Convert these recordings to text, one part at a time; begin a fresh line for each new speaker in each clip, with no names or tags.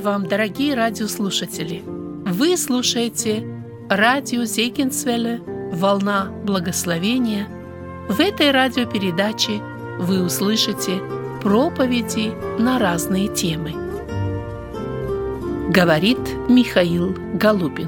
вам, дорогие радиослушатели! Вы слушаете радио Зегенсвелле «Волна благословения». В этой радиопередаче вы услышите проповеди на разные темы. Говорит Михаил Голубин.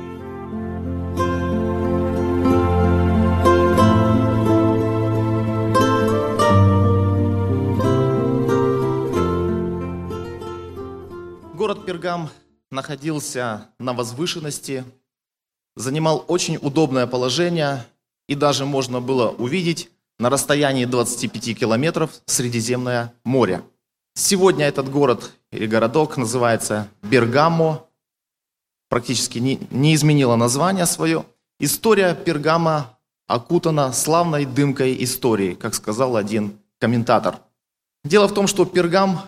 Город Пергам находился на возвышенности, занимал очень удобное положение, и даже можно было увидеть на расстоянии 25 километров Средиземное море. Сегодня этот город или городок называется Бергамо, практически не изменило название свое. История Пергама окутана славной дымкой истории, как сказал один комментатор. Дело в том, что Пергам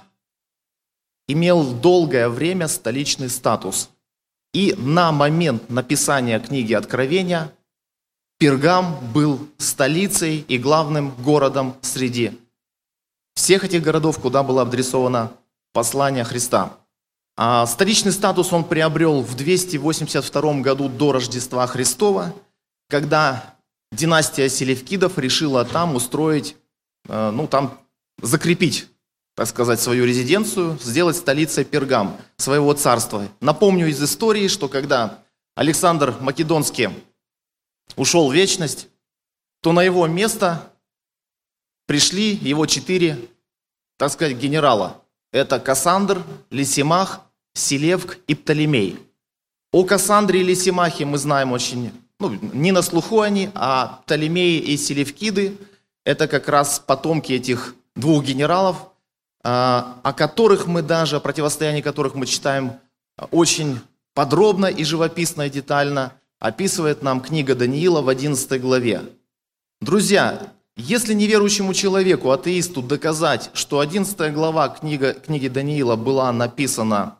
имел долгое время столичный статус. И на момент написания книги Откровения Пергам был столицей и главным городом среди всех этих городов, куда было адресовано послание Христа. А столичный статус он приобрел в 282 году до Рождества Христова, когда династия Селевкидов решила там устроить, там закрепить, так сказать, свою резиденцию, сделать столицей Пергам, своего царства. Напомню из истории, что когда Александр Македонский ушел в вечность, то на его место пришли его 4, так сказать, генерала. Это Кассандр, Лисимах, Селевк и Птолемей. О Кассандре и Лисимахе мы знаем очень, не на слуху они, а Птолемеи и Селевкиды – это как раз потомки этих двух генералов, о которых мы даже, о противостоянии которых мы читаем очень подробно и живописно и детально, описывает нам книга Даниила в 11 главе. Друзья, если неверующему человеку, атеисту, доказать, что 11 глава книги Даниила была написана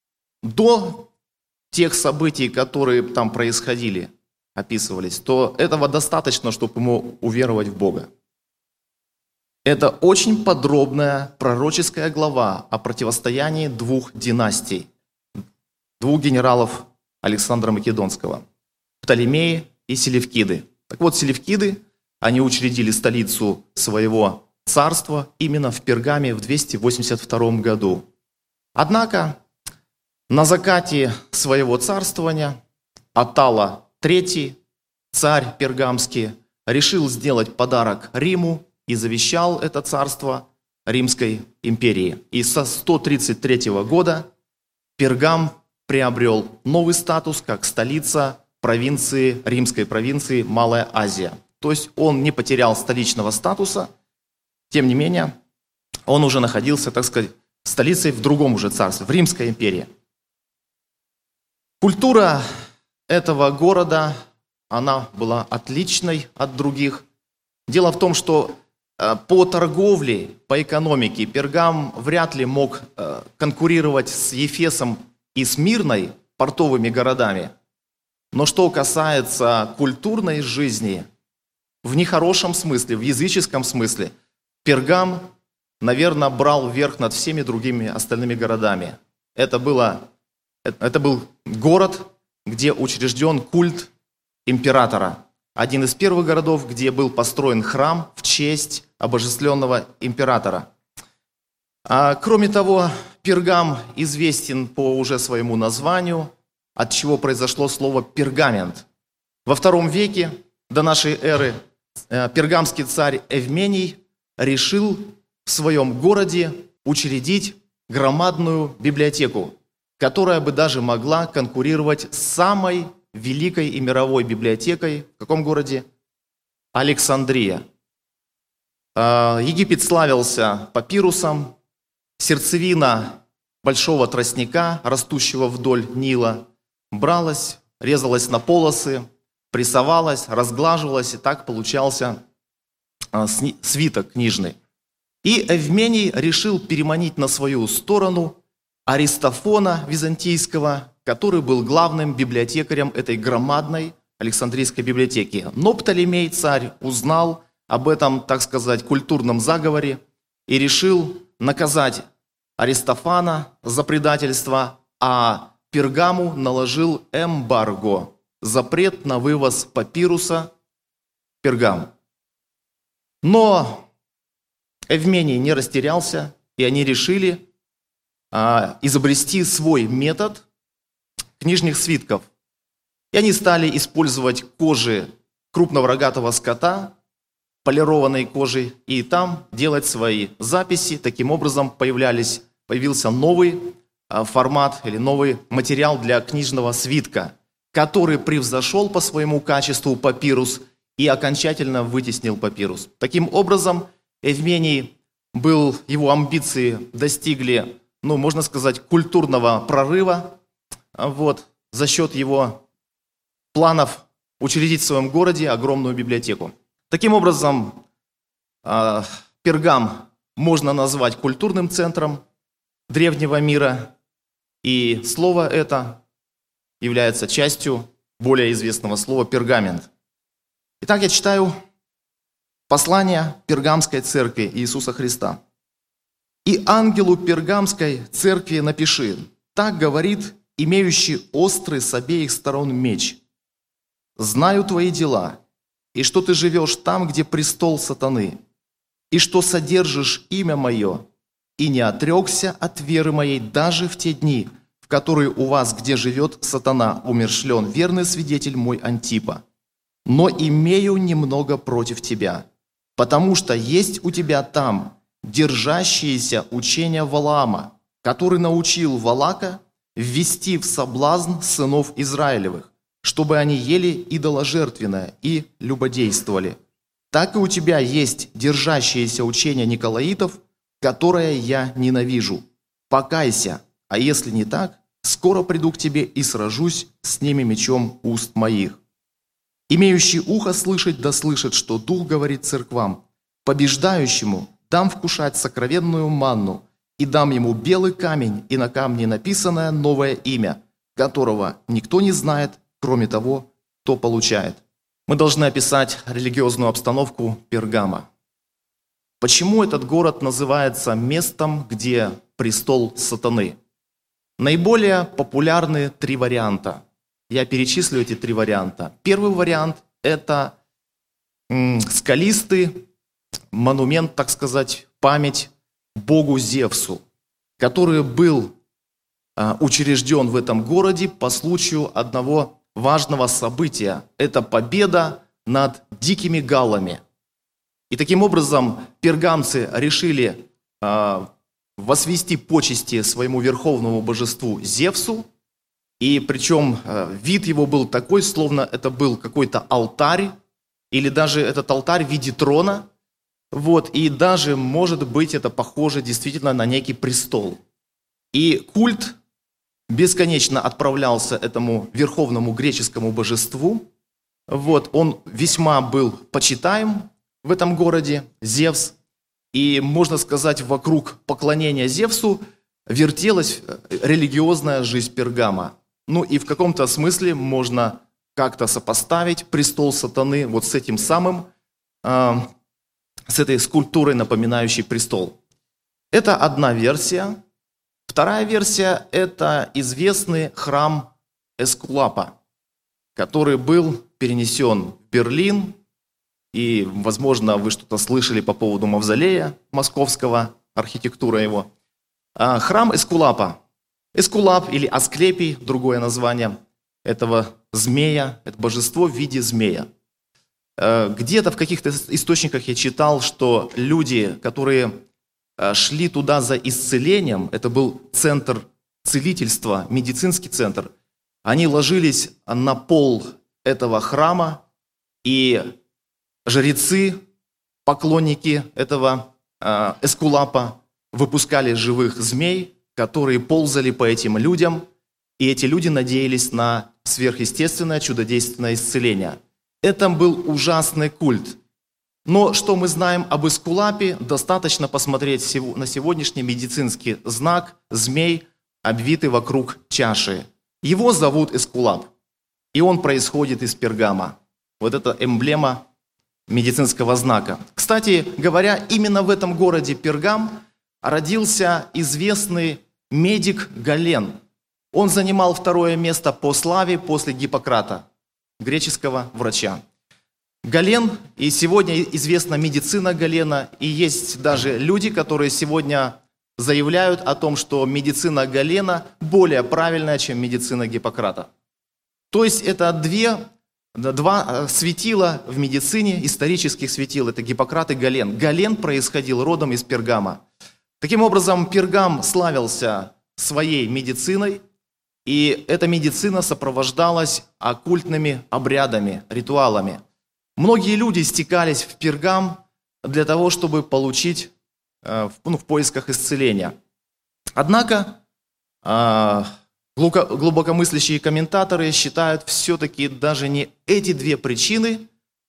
до тех событий, которые там происходили, описывались, то этого достаточно, чтобы ему уверовать в Бога. Это очень подробная пророческая глава о противостоянии двух династий, двух генералов Александра Македонского, Птолемеи и Селевкиды. Так вот, Селевкиды, они учредили столицу своего царства именно в Пергаме в 282 году. Однако на закате своего царствования Атала III, царь пергамский, решил сделать подарок Риму и завещал это царство Римской империи. И со 133 года Пергам приобрел новый статус как столица провинции, римской провинции Малая Азия. То есть он не потерял столичного статуса, тем не менее, он уже находился, так сказать, столицей в другом уже царстве, в Римской империи. Культура этого города, она была отличной от других. Дело в том, что по торговле, по экономике Пергам вряд ли мог конкурировать с Ефесом и Смирной, портовыми городами. Но что касается культурной жизни, в нехорошем смысле, в языческом смысле, Пергам, наверное, брал верх над всеми другими остальными городами. Это был город, где учрежден культ императора. Один из первых городов, где был построен храм в честь обожествленного императора. Кроме того, Пергам известен по уже своему названию, от чего произошло слово «пергамент». Во II веке до нашей эры пергамский царь Эвмений решил в своем городе учредить громадную библиотеку, которая бы даже могла конкурировать с самой великой и мировой библиотекой. В каком городе? Александрия. Египет славился папирусом, сердцевина большого тростника, растущего вдоль Нила, бралась, резалась на полосы, прессовалась, разглаживалась, и так получался свиток книжный. И Эвмений решил переманить на свою сторону Аристофона Византийского, который был главным библиотекарем этой громадной Александрийской библиотеки. Но Птолемей, царь, узнал об этом, так сказать, культурном заговоре и решил наказать Аристофана за предательство, а Пергаму наложил эмбарго, запрет на вывоз папируса в Пергам. Но Эвмений не растерялся, и они решили изобрести свой метод книжных свитков. И они стали использовать кожи крупного рогатого скота, полированной кожи, и там делать свои записи. Таким образом появился новый формат или новый материал для книжного свитка, который превзошел по своему качеству папирус и окончательно вытеснил папирус. Таким образом, Эвмений его амбиции достигли, можно сказать, культурного прорыва, за счет его планов учредить в своем городе огромную библиотеку. Таким образом, Пергам можно назвать культурным центром древнего мира, и слово это является частью более известного слова «пергамент». Итак, я читаю послание Пергамской церкви Иисуса Христа. «И ангелу Пергамской церкви напиши, так говорит имеющий острый с обеих сторон меч. Знаю твои дела, и что ты живешь там, где престол сатаны, и что содержишь имя мое, и не отрекся от веры моей даже в те дни, в которые у вас, где живет сатана, умершлен верный свидетель мой Антипа. Но имею немного против тебя, потому что есть у тебя там держащиеся учения Валаама, который научил Валака ввести в соблазн сынов Израилевых, чтобы они ели идоложертвенное и любодействовали. Так и у тебя есть держащиеся учения Николаитов, которое я ненавижу. Покайся, а если не так, скоро приду к тебе и сражусь с ними мечом уст моих. Имеющий ухо слышать, да слышит, что Дух говорит церквам. Побеждающему дам вкушать сокровенную манну, и дам ему белый камень, и на камне написанное новое имя, которого никто не знает, кроме того, кто получает». Мы должны описать религиозную обстановку Пергама. Почему этот город называется местом, где престол сатаны? Наиболее популярны три варианта. Я перечислю эти три варианта. Первый вариант – это скалистый монумент, так сказать, память богу Зевсу, который был учрежден в этом городе по случаю одного важного события. Это победа над дикими галлами. И таким образом пергамцы решили возвести почести своему верховному божеству Зевсу, и причем вид его был такой, словно это был какой-то алтарь, или даже этот алтарь в виде трона, и даже, может быть, это похоже действительно на некий престол. И культ бесконечно отправлялся этому верховному греческому божеству, он весьма был почитаем в этом городе, Зевс, и, можно сказать, вокруг поклонения Зевсу вертелась религиозная жизнь Пергама. И в каком-то смысле можно как-то сопоставить престол сатаны с этим самым, с этой скульптурой, напоминающей престол. Это одна версия. Вторая версия – это известный храм Эскулапа, который был перенесен в Берлин. И, возможно, вы что-то слышали по поводу мавзолея московского, архитектура его. Храм Эскулапа. Эскулап или Асклепий, другое название этого змея, это божество в виде змея. Где-то в каких-то источниках я читал, что люди, которые шли туда за исцелением, это был центр целительства, медицинский центр, они ложились на пол этого храма, и жрецы, поклонники этого Эскулапа выпускали живых змей, которые ползали по этим людям, и эти люди надеялись на сверхъестественное, чудодейственное исцеление. Это был ужасный культ. Но что мы знаем об Эскулапе? Достаточно посмотреть на сегодняшний медицинский знак змей, обвитый вокруг чаши. Его зовут Эскулап, и он происходит из Пергама. Это эмблема медицинского знака. Кстати говоря, именно в этом городе Пергам родился известный медик Гален. Он занимал второе место по славе после Гиппократа, греческого врача. Гален, и сегодня известна медицина Галена, и есть даже люди, которые сегодня заявляют о том, что медицина Галена более правильная, чем медицина Гиппократа. То есть это два светила в медицине, исторических светил, это Гиппократ и Гален. Гален происходил родом из Пергама. Таким образом, Пергам славился своей медициной, и эта медицина сопровождалась оккультными обрядами, ритуалами. Многие люди стекались в Пергам для того, чтобы получить в поисках исцеления. Однако глубокомыслящие комментаторы считают все-таки даже не эти две причины,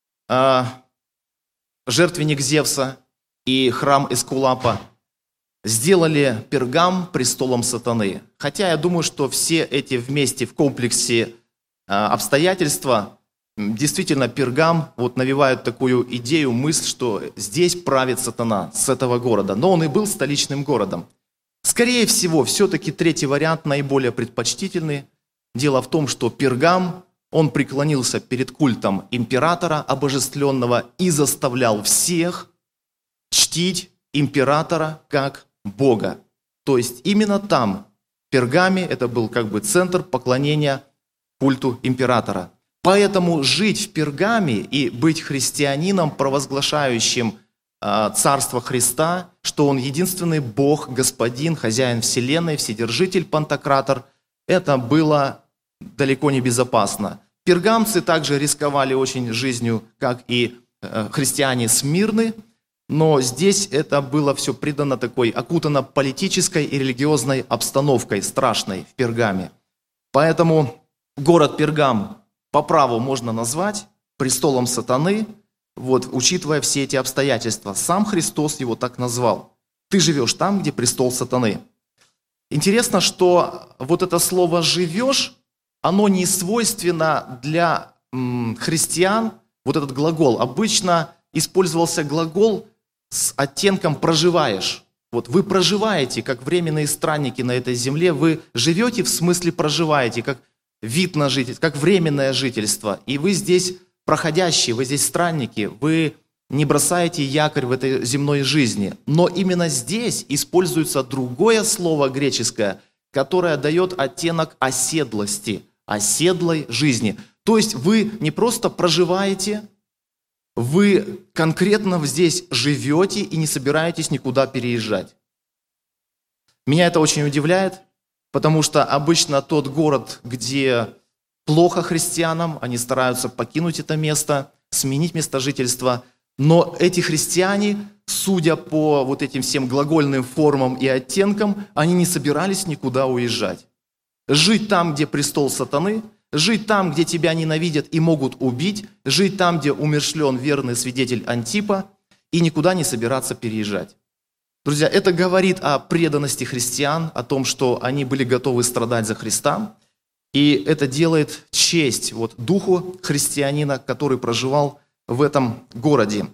жертвенник Зевса и храм Эскулапа, сделали Пергам престолом сатаны. Хотя я думаю, что все эти вместе в комплексе обстоятельства, действительно Пергам навевают такую идею, мысль, что здесь правит сатана с этого города. Но он и был столичным городом. Скорее всего, все-таки третий вариант наиболее предпочтительный. Дело в том, что Пергам, он преклонился перед культом императора обожествленного и заставлял всех чтить императора как Бога. То есть именно там, в Пергаме, это был как бы центр поклонения культу императора. Поэтому жить в Пергаме и быть христианином, провозглашающим Царство Христа, что Он единственный Бог, Господин, Хозяин Вселенной, Вседержитель, Пантократор, это было далеко не безопасно. Пергамцы также рисковали очень жизнью, как и христиане Смирны, но здесь это было все придано такой, окутано политической и религиозной обстановкой страшной в Пергаме. Поэтому город Пергам по праву можно назвать престолом сатаны, учитывая все эти обстоятельства. Сам Христос его так назвал. Ты живешь там, где престол сатаны. Интересно, что это слово «живешь», оно не свойственно для христиан, этот глагол. Обычно использовался глагол с оттенком «проживаешь». Вы проживаете, как временные странники на этой земле, вы живете в смысле проживаете, как вид на жительство, как временное жительство. И вы здесь проходящие, вы здесь странники, вы не бросаете якорь в этой земной жизни. Но именно здесь используется другое слово греческое, которое дает оттенок оседлости, оседлой жизни. То есть вы не просто проживаете, вы конкретно здесь живете и не собираетесь никуда переезжать. Меня это очень удивляет, потому что обычно тот город, где плохо христианам, они стараются покинуть это место, сменить место жительства. Но эти христиане, судя по этим всем глагольным формам и оттенкам, они не собирались никуда уезжать. Жить там, где престол сатаны, жить там, где тебя ненавидят и могут убить, жить там, где умерщвлен верный свидетель Антипа, и никуда не собираться переезжать. Друзья, это говорит о преданности христиан, о том, что они были готовы страдать за Христа, и это делает честь духу христианина, который проживал в этом городе.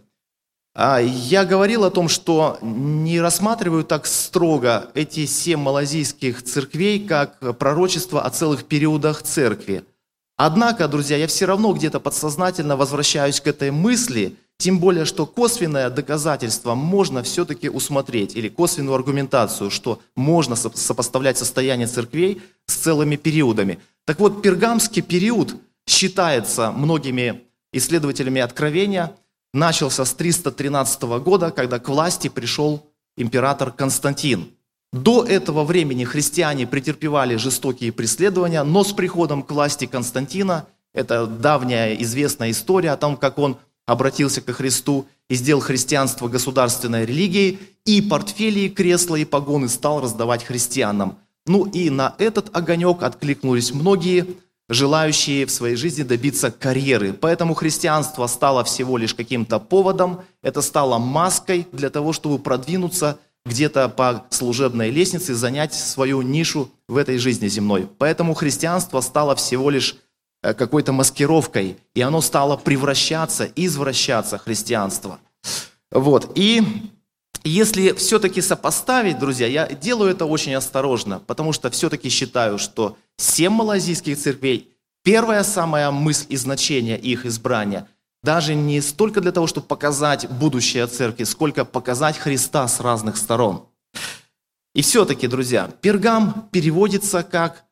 Я говорил о том, что не рассматриваю так строго эти 7 малазийских церквей, как пророчество о целых периодах церкви. Однако, друзья, я все равно где-то подсознательно возвращаюсь к этой мысли, тем более, что косвенное доказательство можно все-таки усмотреть, или косвенную аргументацию, что можно сопоставлять состояние церквей с целыми периодами. Так вот, пергамский период считается многими исследователями Откровения, начался с 313 года, когда к власти пришел император Константин. До этого времени христиане претерпевали жестокие преследования, но с приходом к власти Константина, это давняя известная история о том, как он обратился ко Христу и сделал христианство государственной религией, и портфели, кресла и погоны стал раздавать христианам. И на этот огонек откликнулись многие, желающие в своей жизни добиться карьеры. Поэтому христианство стало всего лишь каким-то поводом, это стало маской для того, чтобы продвинуться где-то по служебной лестнице, занять свою нишу в этой жизни земной. Поэтому христианство стало всего лишь какой-то маскировкой, и оно стало превращаться, извращаться, христианство. И если все-таки сопоставить, друзья, я делаю это очень осторожно, потому что все-таки считаю, что 7 малайзийских церквей, первая самая мысль и значение их избрания, даже не столько для того, чтобы показать будущее церкви, сколько показать Христа с разных сторон. И все-таки, друзья, Пергам переводится как...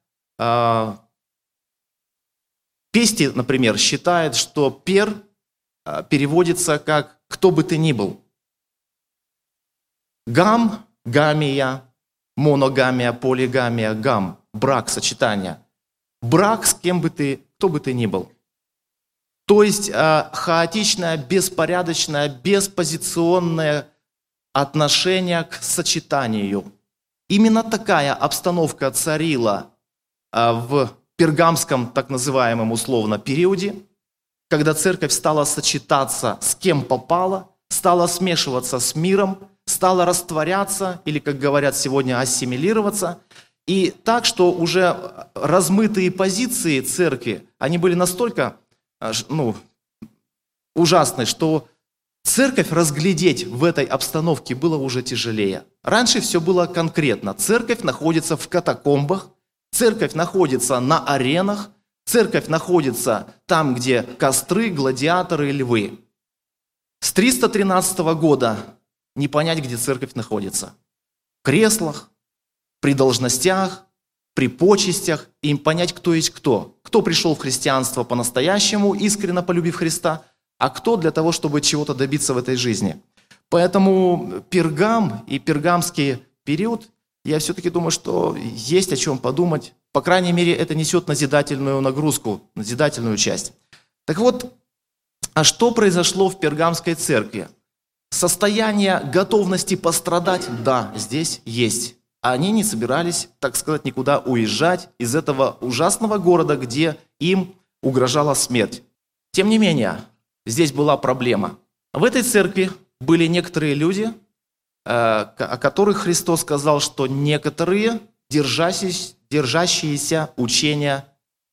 Пести, например, считает, что пер переводится как «кто бы ты ни был». Гам, гамия, моногамия, полигамия, гам, брак, сочетание. Брак с кем бы ты, кто бы ты ни был. То есть хаотичное, беспорядочное, беспозиционное отношение к сочетанию. Именно такая обстановка царила в пергамском, так называемом условно, периоде, когда церковь стала сочетаться с кем попало, стала смешиваться с миром, стала растворяться, или, как говорят сегодня, ассимилироваться. И так, что уже размытые позиции церкви, они были настолько ужасны, что церковь разглядеть в этой обстановке было уже тяжелее. Раньше все было конкретно. Церковь находится в катакомбах, церковь находится на аренах, церковь находится там, где костры, гладиаторы, львы. С 313 года не понять, где церковь находится. В креслах, при должностях, при почестях, им понять, кто есть кто. Кто пришел в христианство по-настоящему, искренне полюбив Христа, а кто для того, чтобы чего-то добиться в этой жизни. Поэтому Пергам и пергамский период, я все-таки думаю, что есть о чем подумать. По крайней мере, это несет назидательную нагрузку, назидательную часть. Так вот, а что произошло в пергамской церкви? Состояние готовности пострадать, да, здесь есть. Они не собирались, так сказать, никуда уезжать из этого ужасного города, где им угрожала смерть. Тем не менее, здесь была проблема. В этой церкви были некоторые люди, о которых Христос сказал, что некоторые, держащиеся учения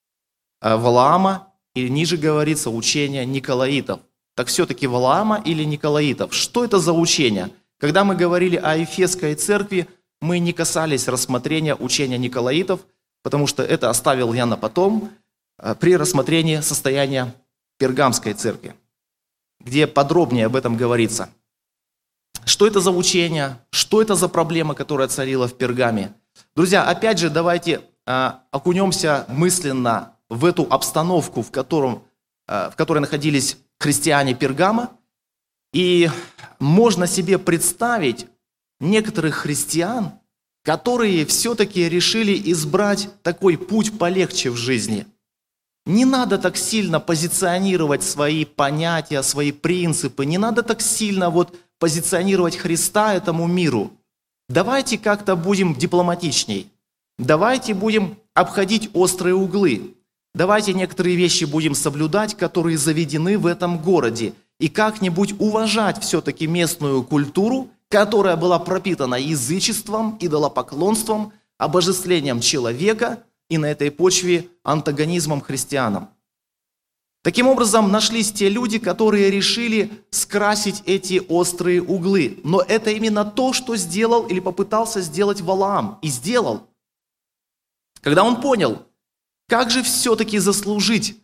Валаама, или ниже говорится, учения Николаитов. Так все-таки Валаама или Николаитов? Что это за учение? Когда мы говорили о Ефесской церкви, мы не касались рассмотрения учения Николаитов, потому что это оставил я на потом, при рассмотрении состояния Пергамской церкви, где подробнее об этом говорится. Что это за учение? Что это за проблема, которая царила в Пергаме? Друзья, опять же, давайте окунемся мысленно в эту обстановку, в которой находились христиане Пергама. И можно себе представить некоторых христиан, которые все-таки решили избрать такой путь полегче в жизни. Не надо так сильно позиционировать свои понятия, свои принципы, не надо так сильно позиционировать Христа этому миру. Давайте как-то будем дипломатичней. Давайте будем обходить острые углы. Давайте некоторые вещи будем соблюдать, которые заведены в этом городе. И как-нибудь уважать все-таки местную культуру, которая была пропитана язычеством, идолопоклонством, обожествлением человека и на этой почве антагонизмом христианам. Таким образом, нашлись те люди, которые решили скрасить эти острые углы. Но это именно то, что сделал или попытался сделать Валаам. И сделал. Когда он понял, как же все-таки заслужить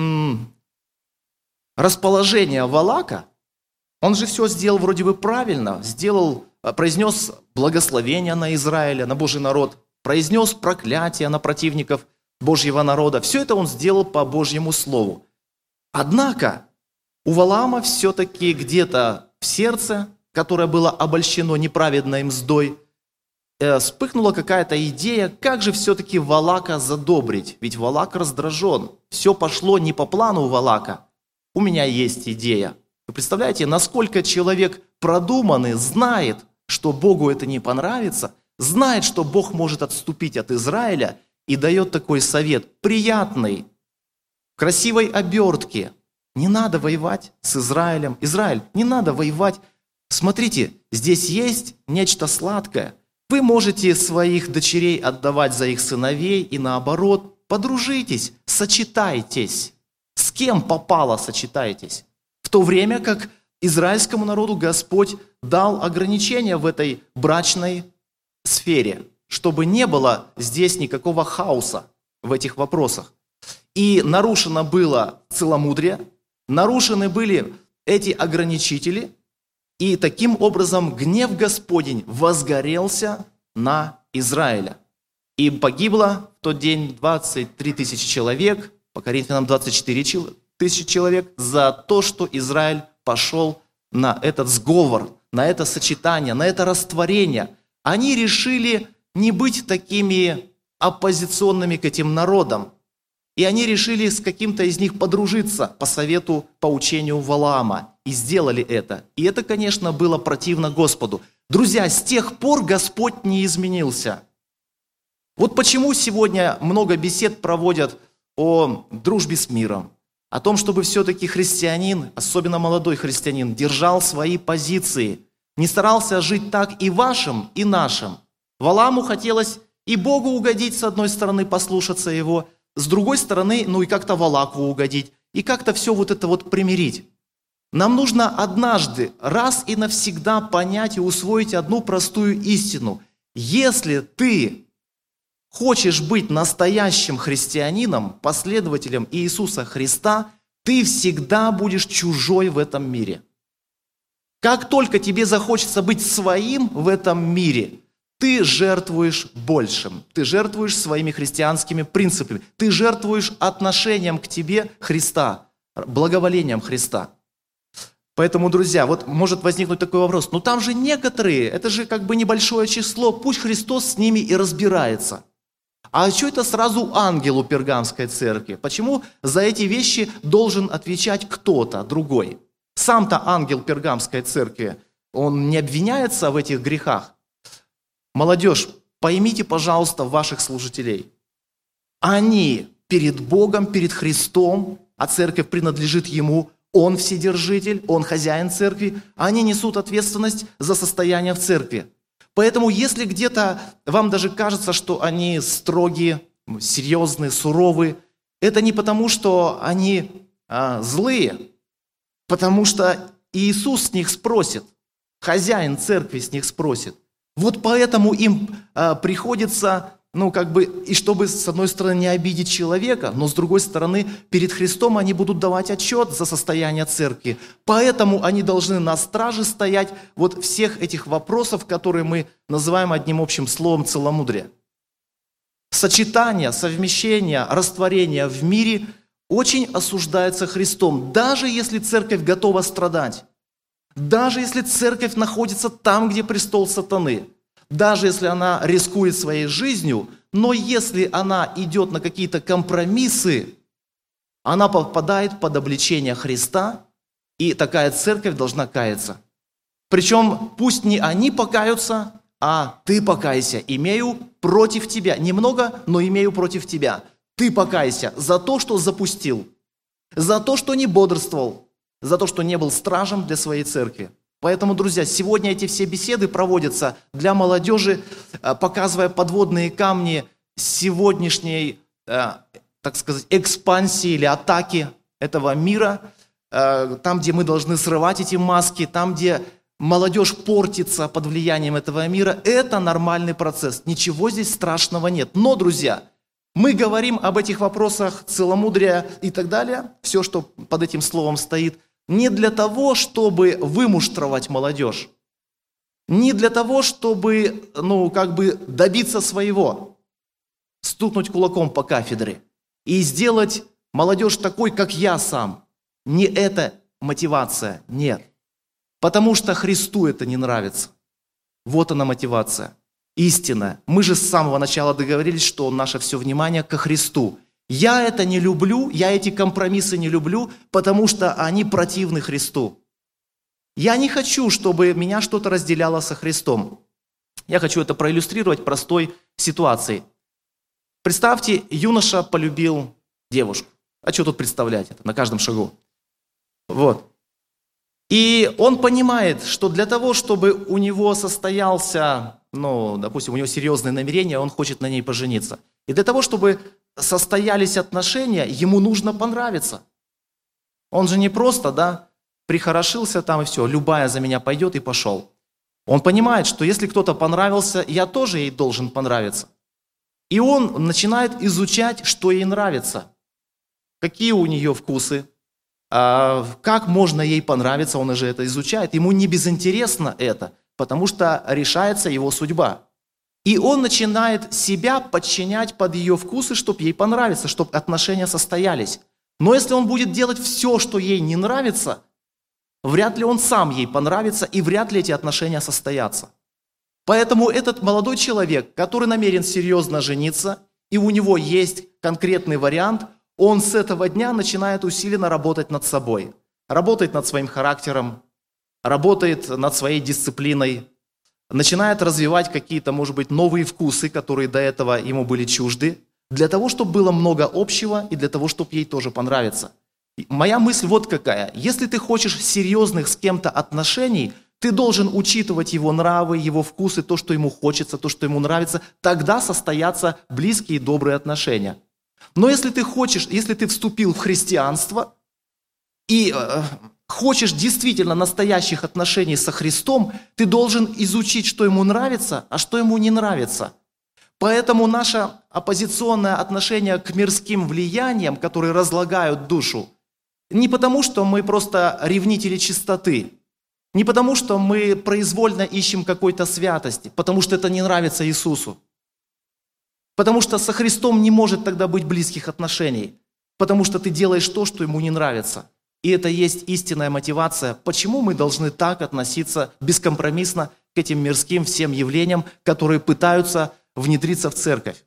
расположение Валака, он же все сделал вроде бы правильно, произнес благословение на Израиля, на Божий народ, произнес проклятие на противников Божьего народа. Все это он сделал по Божьему слову. Однако у Валаама все-таки где-то в сердце, которое было обольщено неправедной мздой, вспыхнула какая-то идея, как же все-таки Валака задобрить. Ведь Валак раздражен. Все пошло не по плану Валака. У меня есть идея. Вы представляете, насколько человек продуманный, знает, что Богу это не понравится, знает, что Бог может отступить от Израиля и дает такой совет приятный, в красивой обертке. Не надо воевать с Израилем. Израиль, не надо воевать. Смотрите, здесь есть нечто сладкое. Вы можете своих дочерей отдавать за их сыновей и наоборот. Подружитесь, сочетайтесь. С кем попало сочетайтесь. В то время как израильскому народу Господь дал ограничения в этой брачной сфере, чтобы не было здесь никакого хаоса в этих вопросах. И нарушено было целомудрие, нарушены были эти ограничители, и таким образом гнев Господень возгорелся на Израиля. И погибло в тот день 23 тысячи человек, по Коринфянам 24 тысячи человек, за то, что Израиль пошел на этот сговор, на это сочетание, на это растворение. Они решили не быть такими оппозиционными к этим народам. И они решили с каким-то из них подружиться по совету, по учению Валаама. И сделали это. И это, конечно, было противно Господу. Друзья, с тех пор Господь не изменился. Вот почему сегодня много бесед проводят о дружбе с миром, о том, чтобы все-таки христианин, особенно молодой христианин, держал свои позиции, не старался жить так и вашим, и нашим. Валааму хотелось и Богу угодить, с одной стороны, послушаться его, с другой стороны, и как-то Валаку угодить, и как-то все вот это вот примирить. Нам нужно однажды, раз и навсегда понять и усвоить одну простую истину. Если ты хочешь быть настоящим христианином, последователем Иисуса Христа, ты всегда будешь чужой в этом мире. Как только тебе захочется быть своим в этом мире, ты жертвуешь большим, ты жертвуешь своими христианскими принципами, ты жертвуешь отношением к тебе Христа, благоволением Христа. Поэтому, друзья, вот может возникнуть такой вопрос, ну там же некоторые, это же как бы небольшое число, пусть Христос с ними и разбирается. А что это сразу ангелу Пергамской церкви? Почему за эти вещи должен отвечать кто-то другой? Сам-то ангел Пергамской церкви, он не обвиняется в этих грехах. Молодежь, поймите, пожалуйста, ваших служителей. Они перед Богом, перед Христом, а церковь принадлежит Ему, Он вседержитель, Он хозяин церкви, они несут ответственность за состояние в церкви. Поэтому, если где-то вам даже кажется, что они строгие, серьезные, суровые, это не потому, что они злые, потому что Иисус с них спросит, хозяин церкви с них спросит. Вот поэтому им приходится, и чтобы, с одной стороны, не обидеть человека, но, с другой стороны, перед Христом они будут давать отчет за состояние церкви. Поэтому они должны на страже стоять вот всех этих вопросов, которые мы называем одним общим словом целомудрие. Сочетание, совмещение, растворение в мире очень осуждается Христом, даже если церковь готова страдать. Даже если церковь находится там, где престол сатаны, даже если она рискует своей жизнью, но если она идет на какие-то компромиссы, она попадает под обличение Христа, и такая церковь должна каяться. Причем пусть не они покаются, а ты покайся. Имею против тебя, немного, но имею против тебя. Ты покайся за то, что запустил, за то, что не бодрствовал, за то, что не был стражем для своей церкви. Поэтому, друзья, сегодня эти все беседы проводятся для молодежи, показывая подводные камни сегодняшней, так сказать, экспансии или атаки этого мира, там, где мы должны срывать эти маски, там, где молодежь портится под влиянием этого мира. Это нормальный процесс, ничего здесь страшного нет. Но, друзья, мы говорим об этих вопросах целомудрия и так далее, все, что под этим словом стоит, не для того, чтобы вымуштровать молодежь, не для того, чтобы, добиться своего, стукнуть кулаком по кафедре и сделать молодежь такой, как я сам. Не эта мотивация, нет. Потому что Христу это не нравится. Вот она мотивация, истинная. Мы же с самого начала договорились, что наше все внимание ко Христу. Я это не люблю, я эти компромиссы не люблю, потому что они противны Христу. Я не хочу, чтобы меня что-то разделяло со Христом. Я хочу это проиллюстрировать простой ситуацией. Представьте, юноша полюбил девушку. А что тут представлять это на каждом шагу? Вот. И он понимает, что для того, чтобы у него состоялся, допустим, у него серьезные намерения, он хочет на ней пожениться. И для того, чтобы состоялись отношения, ему нужно понравиться. Он же не просто, прихорошился там и все, любая за меня пойдет и пошел. Он понимает, что если кто-то понравился, я тоже ей должен понравиться. И он начинает изучать, что ей нравится, какие у нее вкусы, как можно ей понравиться, он уже это изучает. Ему не безинтересно это, потому что решается его судьба. И он начинает себя подчинять под ее вкусы, чтобы ей понравиться, чтобы отношения состоялись. Но если он будет делать все, что ей не нравится, вряд ли он сам ей понравится, и вряд ли эти отношения состоятся. Поэтому этот молодой человек, который намерен серьезно жениться, и у него есть конкретный вариант, он с этого дня начинает усиленно работать над собой. Работает над своим характером, работает над своей дисциплиной, начинает развивать какие-то, может быть, новые вкусы, которые до этого ему были чужды, для того, чтобы было много общего и для того, чтобы ей тоже понравиться. Моя мысль вот какая. Если ты хочешь серьезных с кем-то отношений, ты должен учитывать его нравы, его вкусы, то, что ему хочется, то, что ему нравится, тогда состоятся близкие и добрые отношения. Но если ты вступил в христианство и хочешь действительно настоящих отношений со Христом, ты должен изучить, что ему нравится, а что ему не нравится. Поэтому наше оппозиционное отношение к мирским влияниям, которые разлагают душу, не потому, что мы просто ревнители чистоты, не потому, что мы произвольно ищем какой-то святости, потому что это не нравится Иисусу. Потому что со Христом не может тогда быть близких отношений, потому что ты делаешь то, что ему не нравится. И это есть истинная мотивация, почему мы должны так относиться бескомпромиссно к этим мирским всем явлениям, которые пытаются внедриться в церковь.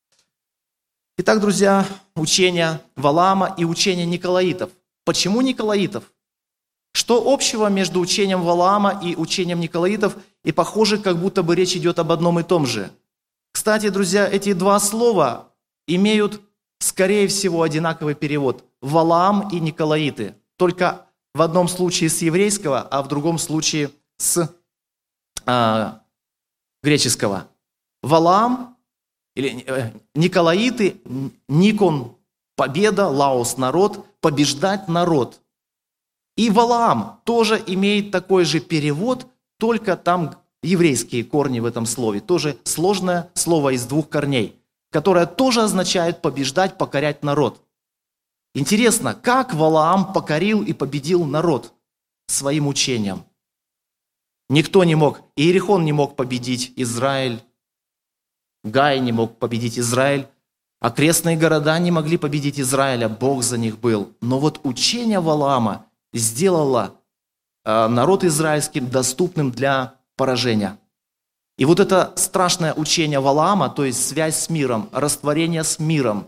Итак, друзья, учение Валаама и учение Николаитов. Почему Николаитов? Что общего между учением Валаама и учением Николаитов? И похоже, как будто бы речь идет об одном и том же. Кстати, друзья, эти два слова имеют, скорее всего, одинаковый перевод. Валаам и Николаиты. Только в одном случае с еврейского, а в другом случае с греческого. Валаам или Николаиты, Никон – победа, Лаос – народ, побеждать народ. И Валаам тоже имеет такой же перевод, только там еврейские корни в этом слове. Тоже сложное слово из двух корней, которое тоже означает побеждать, покорять народ. Интересно, как Валаам покорил и победил народ своим учением? Никто не мог, Иерихон не мог победить Израиль, Гай не мог победить Израиль, окрестные города не могли победить Израиля, Бог за них был. Но вот учение Валаама сделало народ израильский доступным для поражения. И вот это страшное учение Валаама, то есть связь с миром, растворение с миром,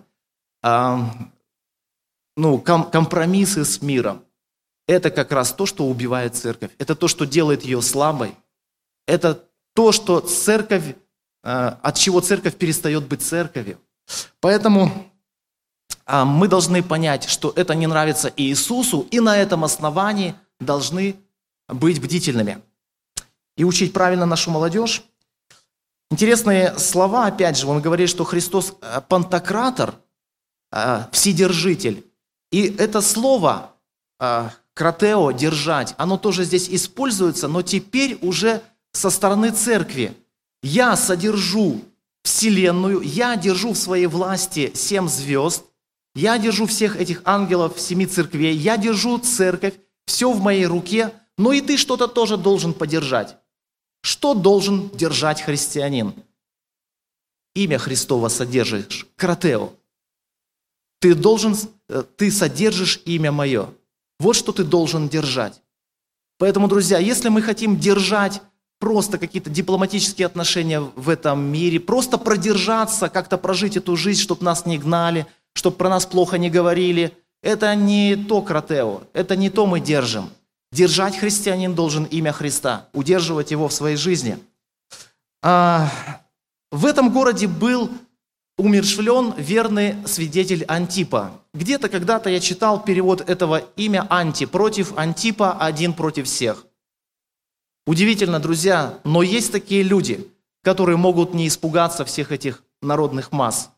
компромиссы с миром, это как раз то, что убивает церковь. Это то, что делает ее слабой. Это то, что церковь, от чего церковь перестает быть церковью. Поэтому мы должны понять, что это не нравится Иисусу, и на этом основании должны быть бдительными и учить правильно нашу молодежь. Интересные слова, опять же, он говорит, что Христос пантократор, вседержитель. И это слово кратео, держать, оно тоже здесь используется, но теперь уже со стороны церкви. Я содержу вселенную, я держу в своей власти 7 звезд, я держу всех этих ангелов 7 церквей, я держу церковь, все в моей руке, но и ты что-то тоже должен подержать. Что должен держать христианин? Имя Христово содержишь, кратео. Ты содержишь имя мое. Вот что ты должен держать. Поэтому, друзья, если мы хотим держать просто какие-то дипломатические отношения в этом мире, просто продержаться, как-то прожить эту жизнь, чтобы нас не гнали, чтобы про нас плохо не говорили, это не то кратео, это не то мы держим. Держать христианин должен имя Христа, удерживать его в своей жизни. В этом городе был умерщвлен верный свидетель Антипа. Где-то когда-то я читал перевод этого имя Анти, против Антипа, один против всех. Удивительно, друзья, но есть такие люди, которые могут не испугаться всех этих народных масс.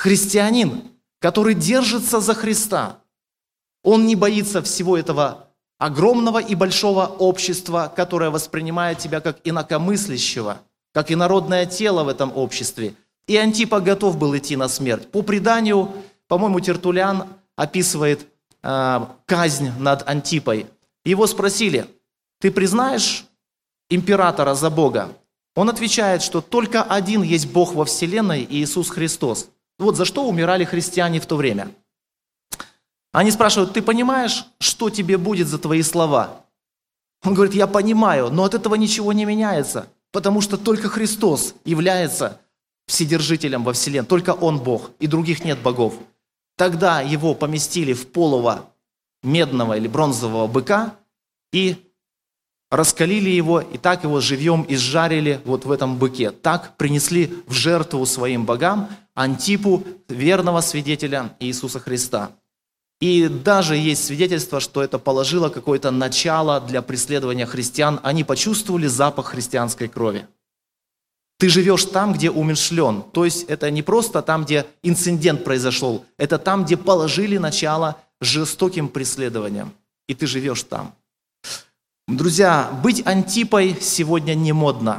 Христианин, который держится за Христа, он не боится всего этого огромного и большого общества, которое воспринимает тебя как инакомыслящего, как инородное тело в этом обществе. И Антипа готов был идти на смерть. По преданию, по-моему, Тертуллиан описывает казнь над Антипой. Его спросили: ты признаешь императора за Бога? Он отвечает, что только один есть Бог во вселенной, Иисус Христос. Вот за что умирали христиане в то время. Они спрашивают: ты понимаешь, что тебе будет за твои слова? Он говорит: я понимаю, но от этого ничего не меняется, потому что только Христос является вседержителем во вселенной, только Он Бог, и других нет богов. Тогда его поместили в полого медного или бронзового быка и раскалили его, и так его живьем изжарили вот в этом быке. Так принесли в жертву своим богам Антипу, верного свидетеля Иисуса Христа. И даже есть свидетельство, что это положило какое-то начало для преследования христиан. Они почувствовали запах христианской крови. Ты живешь там, где умершлен. То есть это не просто там, где инцидент произошел. Это там, где положили начало жестоким преследованиям. И ты живешь там. Друзья, быть Антипой сегодня не модно.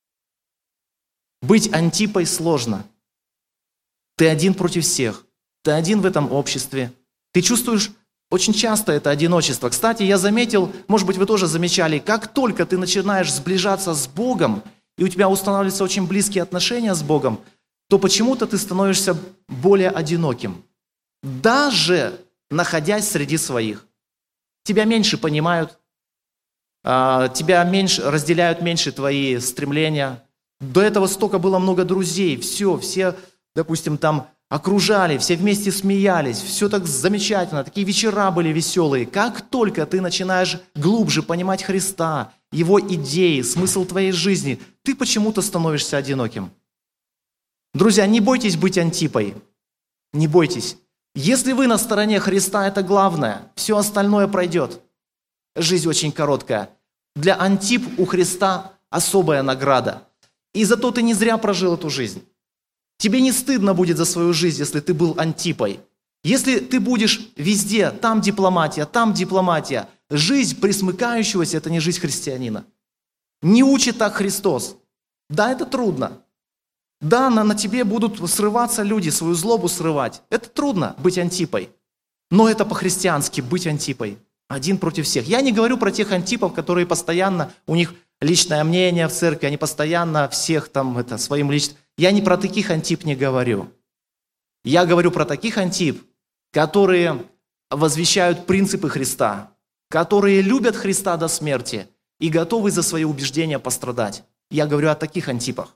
Быть Антипой сложно. Ты один против всех. Ты один в этом обществе. Ты чувствуешь очень часто это одиночество. Кстати, я заметил, может быть, вы тоже замечали, как только ты начинаешь сближаться с Богом, и у тебя устанавливаются очень близкие отношения с Богом, то почему-то ты становишься более одиноким. Даже находясь среди своих. Тебя меньше понимают, тебя меньше разделяют меньше твои стремления. До этого столько было много друзей, все, допустим, там окружали, все вместе смеялись, все так замечательно, такие вечера были веселые. Как только ты начинаешь глубже понимать Христа, Его идеи, смысл твоей жизни, ты почему-то становишься одиноким. Друзья, не бойтесь быть Антипой, не бойтесь. Если вы на стороне Христа, это главное, все остальное пройдет. Жизнь очень короткая. Для Антип у Христа особая награда. И зато ты не зря прожил эту жизнь. Тебе не стыдно будет за свою жизнь, если ты был Антипой. Если ты будешь везде, там дипломатия, жизнь присмыкающегося – это не жизнь христианина. Не учит так Христос. Да, это трудно. Да, на тебе будут срываться люди, свою злобу срывать. Это трудно быть Антипой. Но это по-христиански быть Антипой. Один против всех. Я не говорю про тех Антипов, которые постоянно, у них личное мнение в церкви, они постоянно всех там своим личным. Я не про таких Антип не говорю. Я говорю про таких Антип, которые возвещают принципы Христа, которые любят Христа до смерти и готовы за свои убеждения пострадать. Я говорю о таких Антипах.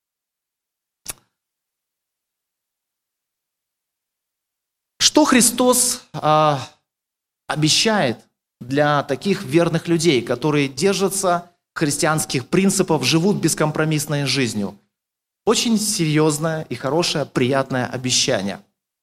Что Христос обещает для таких верных людей, которые держатся христианских принципов, живут бескомпромиссной жизнью? Очень серьезное и хорошее, приятное обещание.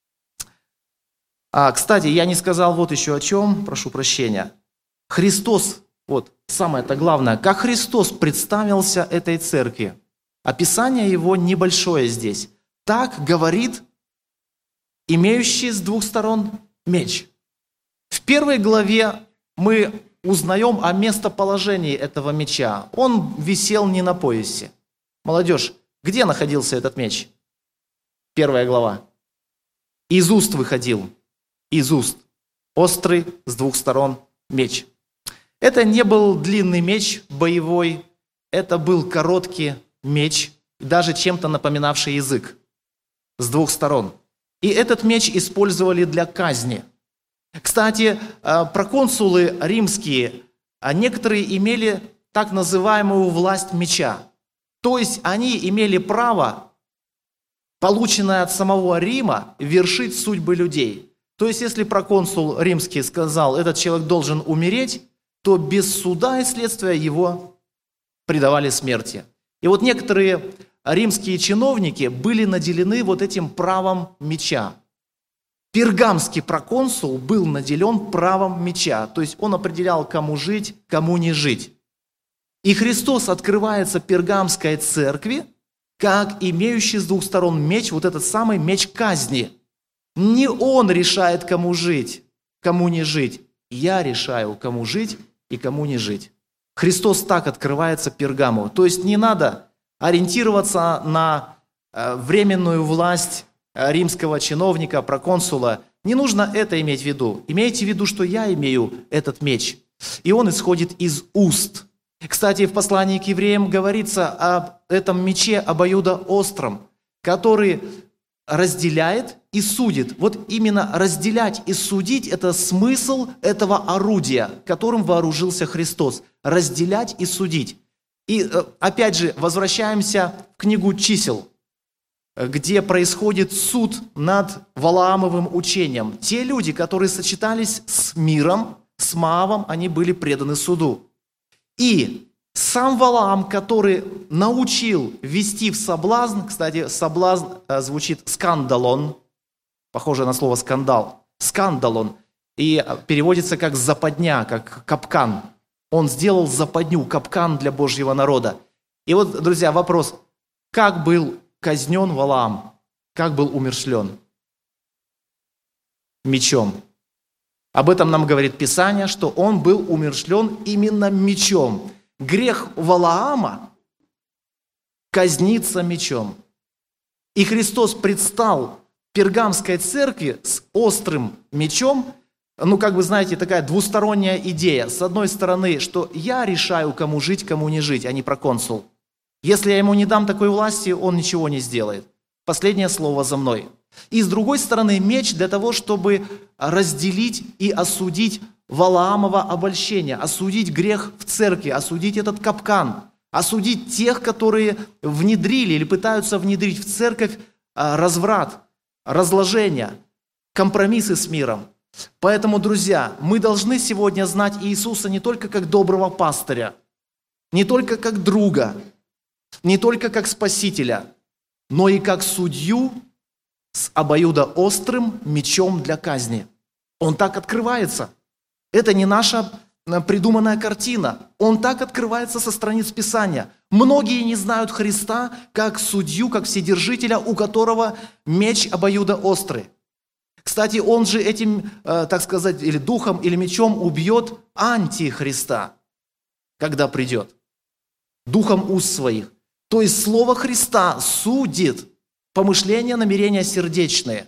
Кстати, я не сказал вот еще о чем, прошу прощения. Христос, вот самое-то главное, как Христос представился этой церкви. Описание его небольшое здесь. Так говорит имеющий с двух сторон меч. В первой главе мы узнаем о местоположении этого меча. Он висел не на поясе. Молодежь, где находился этот меч? Первая глава. Из уст выходил. Из уст. Острый с двух сторон меч. Это не был длинный меч боевой. Это был короткий меч, даже чем-то напоминавший язык. С двух сторон. И этот меч использовали для казни. Кстати, проконсулы римские, некоторые имели так называемую власть меча. То есть они имели право, полученное от самого Рима, вершить судьбы людей. То есть если проконсул римский сказал, этот человек должен умереть, то без суда и следствия его предавали смерти. И вот некоторые римские чиновники были наделены вот этим правом меча. Пергамский проконсул был наделен правом меча, то есть он определял, кому жить, кому не жить. И Христос открывается Пергамской церкви, как имеющий с двух сторон меч, вот этот самый меч казни. Не он решает, кому жить, кому не жить. Я решаю, кому жить и кому не жить. Христос так открывается Пергаму. То есть не надо ориентироваться на временную власть римского чиновника, проконсула. Не нужно это иметь в виду. Имейте в виду, что я имею этот меч. И он исходит из уст. Кстати, в послании к евреям говорится об этом мече обоюдоостром, который разделяет и судит. Вот именно разделять и судить – это смысл этого орудия, которым вооружился Христос. Разделять и судить. И опять же, возвращаемся в книгу чисел, где происходит суд над Валаамовым учением. Те люди, которые сочетались с миром, с Моавом, они были преданы суду. И сам Валаам, который научил ввести в соблазн, кстати, соблазн звучит скандалон, похоже на слово скандал, скандалон, и переводится как западня, как капкан. Он сделал западню, капкан для Божьего народа. И вот, друзья, вопрос, как был казнен Валаам, как был умерщвлен? Мечом. Об этом нам говорит Писание, что он был умерщвлен именно мечом. Грех Валаама казнится мечом. И Христос предстал Пергамской церкви с острым мечом. Знаете, такая двусторонняя идея. С одной стороны, что я решаю, кому жить, кому не жить, а не проконсул. Если я ему не дам такой власти, он ничего не сделает. Последнее слово за мной. И с другой стороны, меч для того, чтобы разделить и осудить Валаамово обольщение, осудить грех в церкви, осудить этот капкан, осудить тех, которые внедрили или пытаются внедрить в церковь разврат, разложение, компромиссы с миром. Поэтому, друзья, мы должны сегодня знать Иисуса не только как доброго пастыря, не только как друга, не только как спасителя, но и как судью с обоюдоострым мечом для казни. Он так открывается. Это не наша придуманная картина. Он так открывается со страниц Писания. Многие не знают Христа как судью, как вседержителя, у которого меч обоюдоострый. Кстати, он же этим, так сказать, или духом, или мечом убьет антихриста, когда придет. Духом уст своих. То есть Слово Христа судит помышления, намерения сердечные.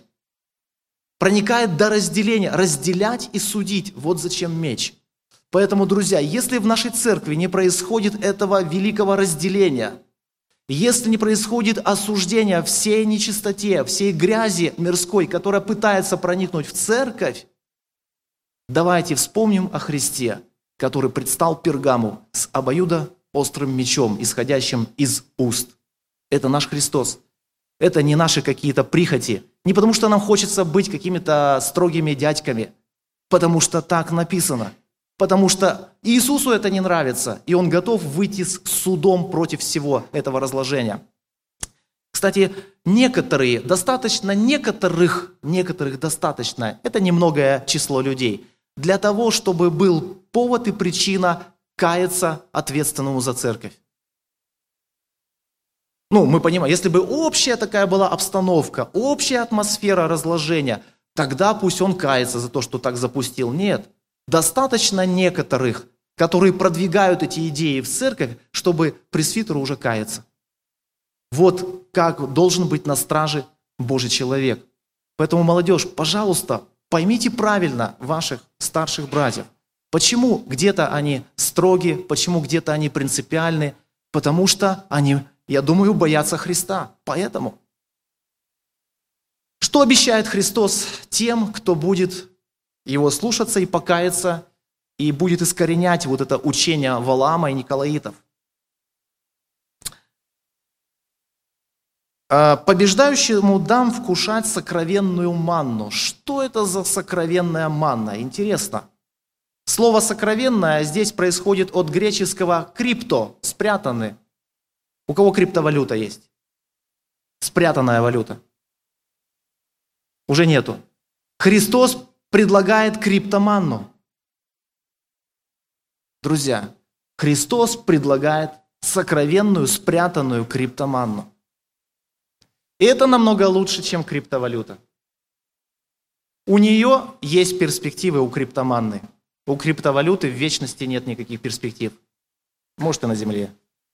Проникает до разделения. Разделять и судить. Вот зачем меч. Поэтому, друзья, если в нашей церкви не происходит этого великого разделения, если не происходит осуждения всей нечистоте, всей грязи мирской, которая пытается проникнуть в церковь, давайте вспомним о Христе, который предстал Пергаму с обоюдоострым мечом, исходящим из уст. Это наш Христос. Это не наши какие-то прихоти. Не потому, что нам хочется быть какими-то строгими дядьками, потому что так написано. Потому что Иисусу это не нравится, и Он готов выйти с судом против всего этого разложения. Кстати, некоторых достаточно, это немногое число людей, для того, чтобы был повод и причина каяться ответственному за церковь. Мы понимаем, если бы общая такая была обстановка, общая атмосфера разложения, тогда пусть он кается за то, что так запустил. Нет. Достаточно некоторых, которые продвигают эти идеи в церковь, чтобы пресвитеру уже каяться. Вот как должен быть на страже Божий человек. Поэтому, молодежь, пожалуйста, поймите правильно ваших старших братьев. Почему где-то они строги, почему где-то они принципиальны? Потому что они, я думаю, боятся Христа. Поэтому. Что обещает Христос тем, кто будет Его слушаться и покаяться, и будет искоренять вот это учение Валаама и Николаитов? Побеждающему дам вкушать сокровенную манну. Что это за сокровенная манна? Интересно. Слово «сокровенное» здесь происходит от греческого «крипто» – «спрятанный». У кого криптовалюта есть? Спрятанная валюта. Уже нету. Христос предлагает криптоманну. Друзья, Христос предлагает сокровенную, спрятанную криптоманну. И это намного лучше, чем криптовалюта. У нее есть перспективы, у криптоманны. У криптовалюты в вечности нет никаких перспектив. Может, и на земле.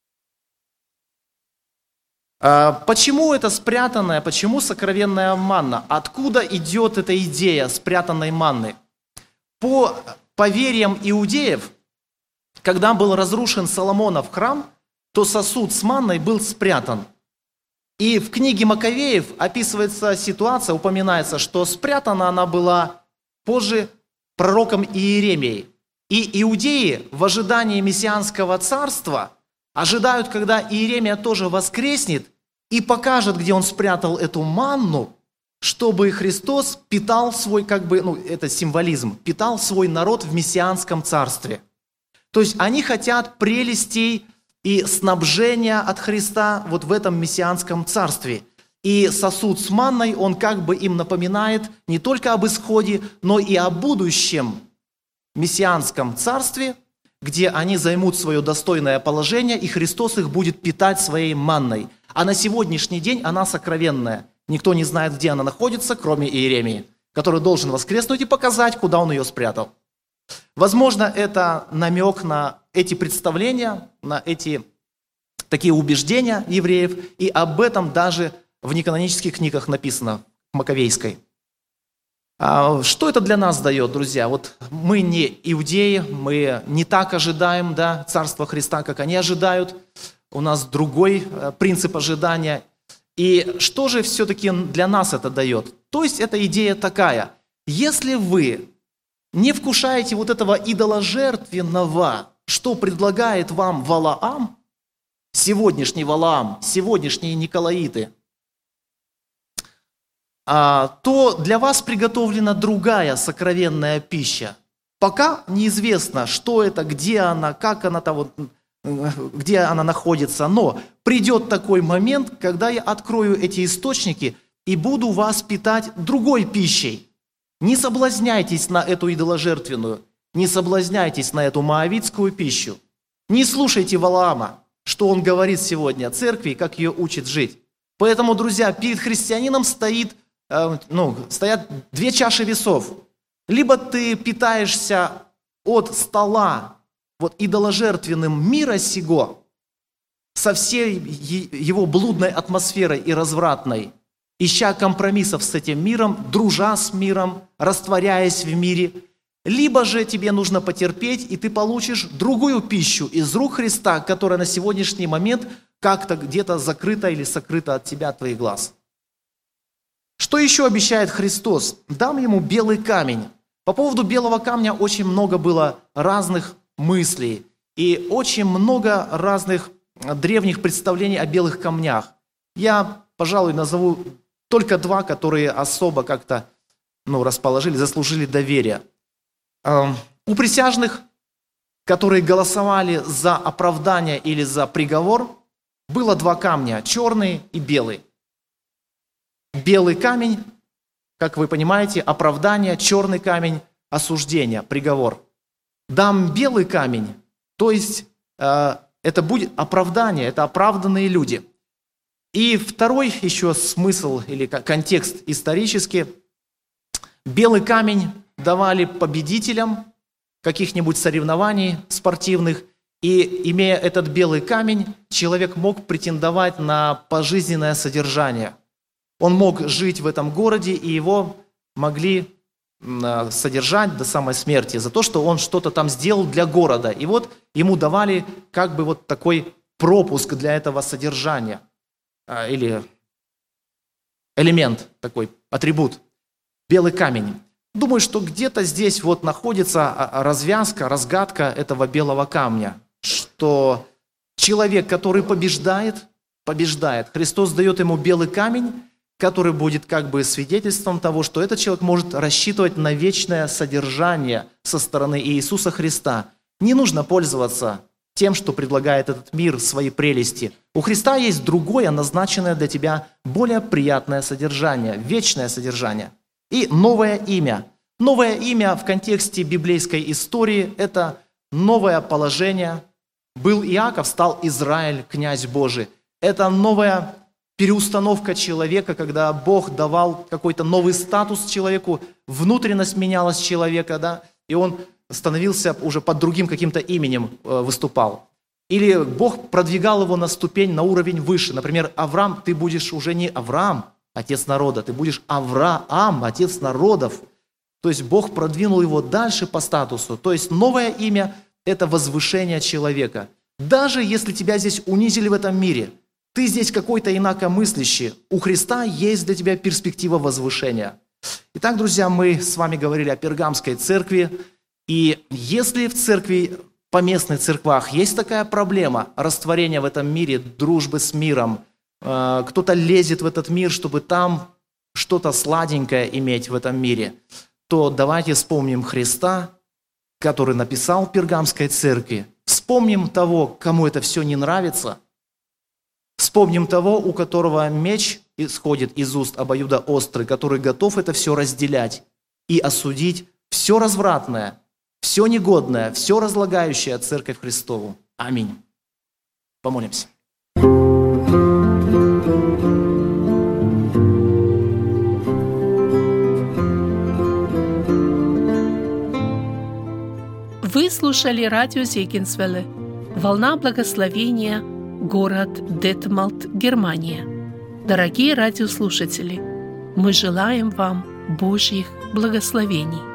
Почему это спрятанная, почему сокровенная манна? Откуда идет эта идея спрятанной манны? По поверьям иудеев, когда был разрушен Соломонов храм, то сосуд с манной был спрятан. И в книге Маковеев описывается ситуация, упоминается, что спрятана она была позже пророком Иеремией. И иудеи в ожидании мессианского царства ожидают, когда Иеремия тоже воскреснет и покажет, где он спрятал эту манну, чтобы Христос питал свой, это символизм, питал свой народ в мессианском царстве. То есть они хотят прелестей и снабжения от Христа вот в этом мессианском царстве. И сосуд с манной, он как бы им напоминает не только об исходе, но и о будущем мессианском царстве, где они займут свое достойное положение, и Христос их будет питать своей манной. А на сегодняшний день она сокровенная. Никто не знает, где она находится, кроме Иеремии, который должен воскреснуть и показать, куда он ее спрятал. Возможно, это намек на эти представления, на эти такие убеждения евреев, и об этом даже в неканонических книгах написано, в Маковейской. Что это для нас дает, друзья? Вот мы не иудеи, мы не так ожидаем, Царства Христа, как они ожидают. У нас другой принцип ожидания. И что же все-таки для нас это дает? То есть эта идея такая: если вы не вкушаете вот этого идоложертвенного, что предлагает вам Валаам, сегодняшний Валаам, сегодняшние Николаиты, то для вас приготовлена другая сокровенная пища. Пока неизвестно, что это, где она, как она там, где она находится, но придет такой момент, когда я открою эти источники и буду вас питать другой пищей. Не соблазняйтесь на эту идоложертвенную, не соблазняйтесь на эту моавитскую пищу. Не слушайте Валаама, что он говорит сегодня о церкви и как ее учит жить. Поэтому, друзья, перед христианином стоят две чаши весов. Либо ты питаешься от стола идоложертвенным мира сего, со всей его блудной атмосферой и развратной, ища компромиссов с этим миром, дружа с миром, растворяясь в мире. Либо же тебе нужно потерпеть, и ты получишь другую пищу из рук Христа, которая на сегодняшний момент как-то где-то закрыта или сокрыта от тебя, от твоих глаз. Что еще обещает Христос? Дам ему белый камень. По поводу белого камня очень много было разных мыслей и очень много разных древних представлений о белых камнях. Я, пожалуй, назову только два, которые особо как-то расположили, заслужили доверия. У присяжных, которые голосовали за оправдание или за приговор, было два камня, черный и белый. Белый камень, как вы понимаете, оправдание, черный камень, осуждение, приговор. Дам белый камень, то есть это будет оправдание, это оправданные люди. И второй еще смысл или контекст исторический. Белый камень давали победителям каких-нибудь соревнований спортивных, и имея этот белый камень, человек мог претендовать на пожизненное содержание. Он мог жить в этом городе, и его могли содержать до самой смерти за то, что он что-то там сделал для города. И ему давали такой пропуск для этого содержания. Или элемент такой, атрибут. Белый камень. Думаю, что где-то здесь находится развязка, разгадка этого белого камня. Что человек, который побеждает, Христос дает ему белый камень, который будет свидетельством того, что этот человек может рассчитывать на вечное содержание со стороны Иисуса Христа. Не нужно пользоваться тем, что предлагает этот мир, свои прелести. У Христа есть другое, назначенное для тебя, более приятное содержание, вечное содержание. И новое имя. Новое имя в контексте библейской истории – это новое положение. Был Иаков, стал Израиль, князь Божий. Это новая переустановка человека, когда Бог давал какой-то новый статус человеку, внутренность менялась человека, и он становился уже под другим каким-то именем выступал. Или Бог продвигал его на ступень, на уровень выше. Например, Авраам, ты будешь уже не Авраам, отец народа, ты будешь Авраам, отец народов. То есть Бог продвинул его дальше по статусу. То есть новое имя – это возвышение человека. Даже если тебя здесь унизили в этом мире, ты здесь какой-то инакомыслящий, у Христа есть для тебя перспектива возвышения. Итак, друзья, мы с вами говорили о Пергамской церкви. И если в церкви, поместных церквах есть такая проблема растворения в этом мире, дружбы с миром, кто-то лезет в этот мир, чтобы там что-то сладенькое иметь в этом мире, то давайте вспомним Христа, который написал Пергамской церкви. Вспомним того, кому это все не нравится. Вспомним того, у которого меч исходит из уст обоюдоострый, который готов это все разделять и осудить все развратное, все негодное, все разлагающее Церковь Христову. Аминь. Помолимся.
Вы слушали радио Зегенсвелле «Волна благословения», город Детмалт, Германия. Дорогие радиослушатели, мы желаем вам Божьих благословений.